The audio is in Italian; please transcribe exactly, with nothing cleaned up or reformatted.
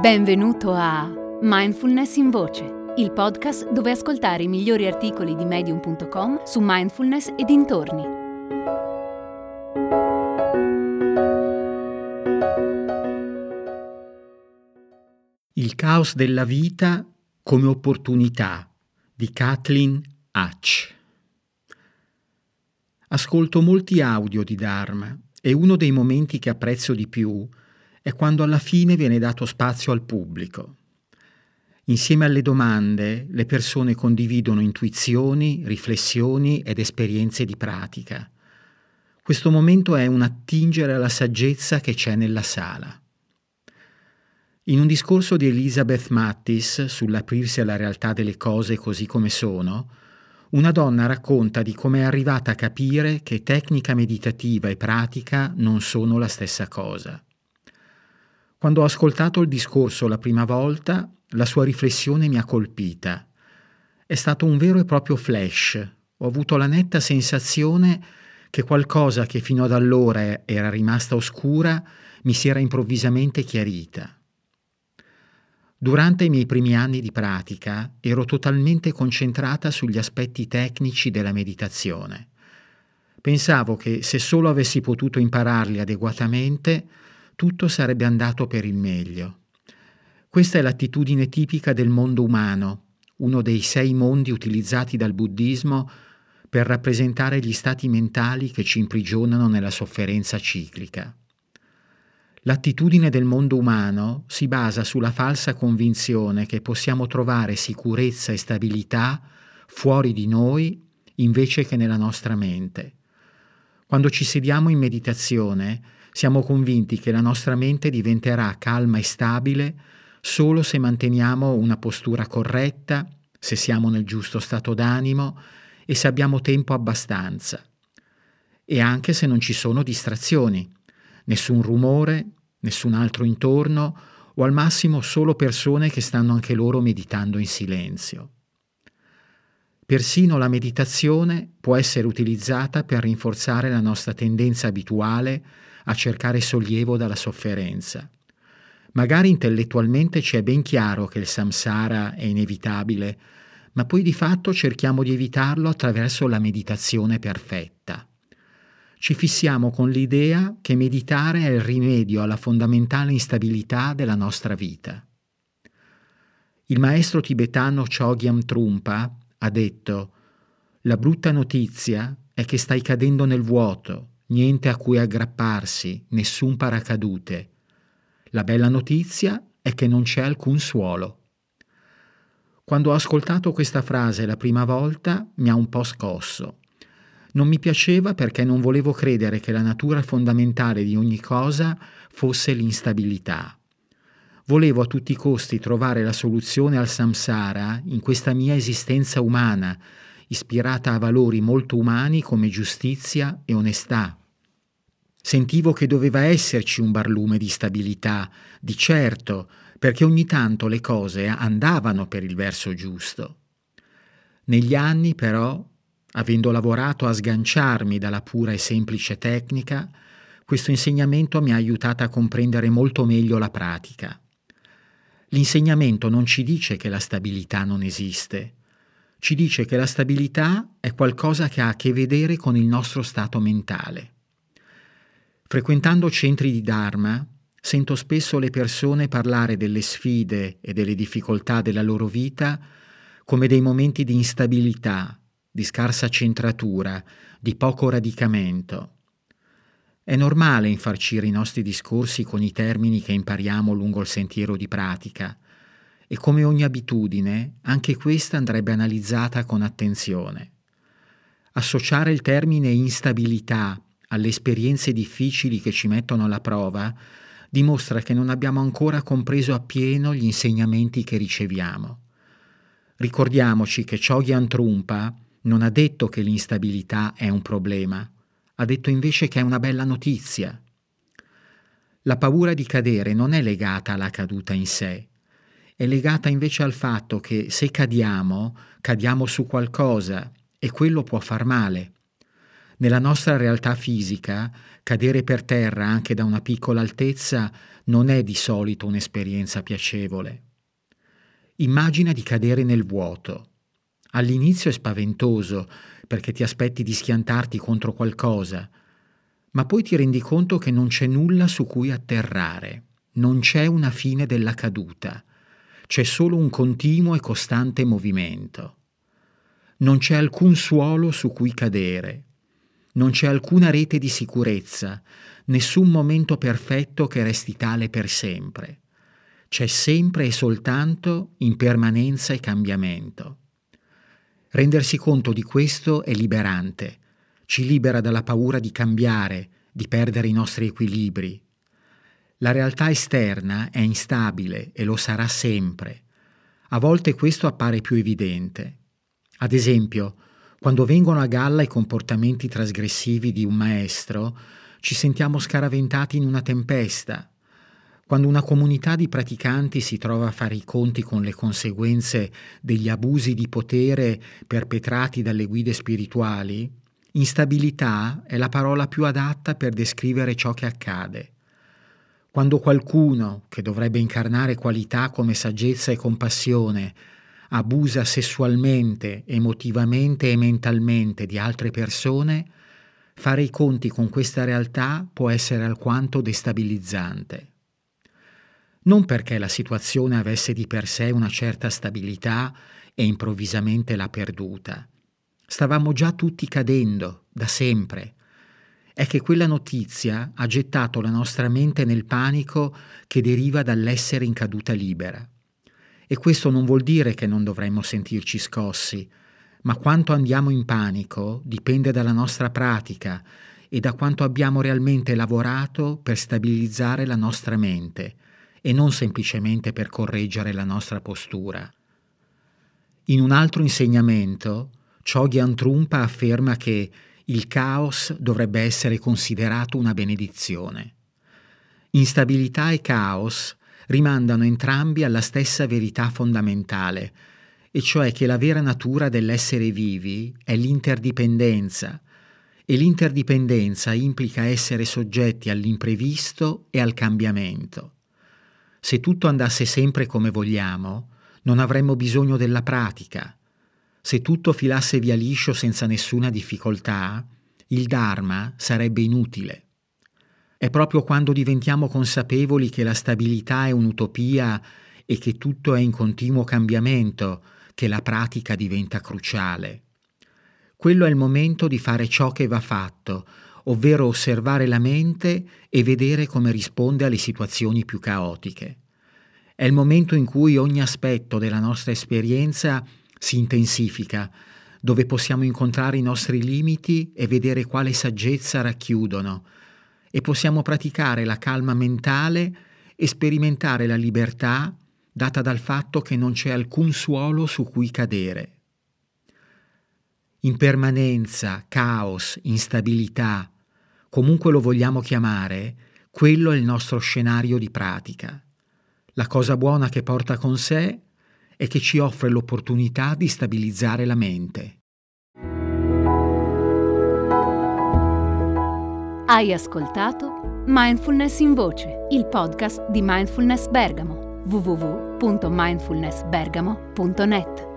Benvenuto a Mindfulness in Voce, il podcast dove ascoltare i migliori articoli di medium punto com su mindfulness e dintorni. Il caos della vita come opportunità di Kathleen Hatch. Ascolto molti audio di Dharma e uno dei momenti che apprezzo di più è quando alla fine viene dato spazio al pubblico. Insieme alle domande, le persone condividono intuizioni, riflessioni ed esperienze di pratica. Questo momento è un attingere alla saggezza che c'è nella sala. In un discorso di Elizabeth Mattis sull'aprirsi alla realtà delle cose così come sono, una donna racconta di come è arrivata a capire che tecnica meditativa e pratica non sono la stessa cosa. Quando ho ascoltato il discorso la prima volta, la sua riflessione mi ha colpita. È stato un vero e proprio flash. Ho avuto la netta sensazione che qualcosa che fino ad allora era rimasta oscura mi si era improvvisamente chiarita. Durante i miei primi anni di pratica ero totalmente concentrata sugli aspetti tecnici della meditazione. Pensavo che se solo avessi potuto impararli adeguatamente, tutto sarebbe andato per il meglio. Questa è l'attitudine tipica del mondo umano, uno dei sei mondi utilizzati dal buddismo per rappresentare gli stati mentali che ci imprigionano nella sofferenza ciclica. L'attitudine del mondo umano si basa sulla falsa convinzione che possiamo trovare sicurezza e stabilità fuori di noi invece che nella nostra mente. Quando ci sediamo in meditazione, siamo convinti che la nostra mente diventerà calma e stabile solo se manteniamo una postura corretta, se siamo nel giusto stato d'animo e se abbiamo tempo abbastanza. E anche se non ci sono distrazioni, nessun rumore, nessun altro intorno o al massimo solo persone che stanno anche loro meditando in silenzio. Persino la meditazione può essere utilizzata per rinforzare la nostra tendenza abituale a cercare sollievo dalla sofferenza. Magari intellettualmente ci è ben chiaro che il samsara è inevitabile, ma poi di fatto cerchiamo di evitarlo attraverso la meditazione perfetta. Ci fissiamo con l'idea che meditare è il rimedio alla fondamentale instabilità della nostra vita. Il maestro tibetano Chogyam Trungpa ha detto: «La brutta notizia è che stai cadendo nel vuoto, niente a cui aggrapparsi, nessun paracadute. La bella notizia è che non c'è alcun suolo». Quando ho ascoltato questa frase la prima volta mi ha un po' scosso. Non mi piaceva perché non volevo credere che la natura fondamentale di ogni cosa fosse l'instabilità. Volevo a tutti i costi trovare la soluzione al samsara in questa mia esistenza umana, ispirata a valori molto umani come giustizia e onestà. Sentivo che doveva esserci un barlume di stabilità, di certo, perché ogni tanto le cose andavano per il verso giusto. Negli anni, però, avendo lavorato a sganciarmi dalla pura e semplice tecnica, questo insegnamento mi ha aiutata a comprendere molto meglio la pratica. L'insegnamento non ci dice che la stabilità non esiste, ci dice che la stabilità è qualcosa che ha a che vedere con il nostro stato mentale. Frequentando centri di Dharma, sento spesso le persone parlare delle sfide e delle difficoltà della loro vita come dei momenti di instabilità, di scarsa centratura, di poco radicamento. È normale infarcire i nostri discorsi con i termini che impariamo lungo il sentiero di pratica e come ogni abitudine, anche questa andrebbe analizzata con attenzione. Associare il termine instabilità alle esperienze difficili che ci mettono alla prova dimostra che non abbiamo ancora compreso appieno gli insegnamenti che riceviamo. Ricordiamoci che Chogyam Trungpa non ha detto che l'instabilità è un problema, ha detto invece che è una bella notizia. La paura di cadere non è legata alla caduta in sé, è legata invece al fatto che se cadiamo, cadiamo su qualcosa e quello può far male. Nella nostra realtà fisica, cadere per terra anche da una piccola altezza non è di solito un'esperienza piacevole. Immagina di cadere nel vuoto. All'inizio è spaventoso perché ti aspetti di schiantarti contro qualcosa, ma poi ti rendi conto che non c'è nulla su cui atterrare, non c'è una fine della caduta, c'è solo un continuo e costante movimento. Non c'è alcun suolo su cui cadere, non c'è alcuna rete di sicurezza, nessun momento perfetto che resti tale per sempre. C'è sempre e soltanto impermanenza e cambiamento. Rendersi conto di questo è liberante, ci libera dalla paura di cambiare, di perdere i nostri equilibri. La realtà esterna è instabile e lo sarà sempre. A volte questo appare più evidente. Ad esempio, quando vengono a galla i comportamenti trasgressivi di un maestro, ci sentiamo scaraventati in una tempesta. Quando una comunità di praticanti si trova a fare i conti con le conseguenze degli abusi di potere perpetrati dalle guide spirituali, instabilità è la parola più adatta per descrivere ciò che accade. Quando qualcuno, che dovrebbe incarnare qualità come saggezza e compassione, abusa sessualmente, emotivamente e mentalmente di altre persone, fare i conti con questa realtà può essere alquanto destabilizzante. Non perché la situazione avesse di per sé una certa stabilità e improvvisamente l'ha perduta. Stavamo già tutti cadendo, da sempre. È che quella notizia ha gettato la nostra mente nel panico che deriva dall'essere in caduta libera. E questo non vuol dire che non dovremmo sentirci scossi, ma quanto andiamo in panico dipende dalla nostra pratica e da quanto abbiamo realmente lavorato per stabilizzare la nostra mente e non semplicemente per correggere la nostra postura. In un altro insegnamento, Chögyam Trungpa afferma che il caos dovrebbe essere considerato una benedizione. Instabilità e caos rimandano entrambi alla stessa verità fondamentale, e cioè che la vera natura dell'essere vivi è l'interdipendenza, e l'interdipendenza implica essere soggetti all'imprevisto e al cambiamento. Se tutto andasse sempre come vogliamo, non avremmo bisogno della pratica. Se tutto filasse via liscio senza nessuna difficoltà, il Dharma sarebbe inutile. È proprio quando diventiamo consapevoli che la stabilità è un'utopia e che tutto è in continuo cambiamento che la pratica diventa cruciale. Quello è il momento di fare ciò che va fatto, ovvero osservare la mente e vedere come risponde alle situazioni più caotiche. È il momento in cui ogni aspetto della nostra esperienza si intensifica, dove possiamo incontrare i nostri limiti e vedere quale saggezza racchiudono, e possiamo praticare la calma mentale e sperimentare la libertà data dal fatto che non c'è alcun suolo su cui cadere. Impermanenza, caos, instabilità, comunque lo vogliamo chiamare, quello è il nostro scenario di pratica. La cosa buona che porta con sé è che ci offre l'opportunità di stabilizzare la mente. Hai ascoltato Mindfulness in Voce, il podcast di Mindfulness Bergamo, w w w punto mindfulness bergamo punto net.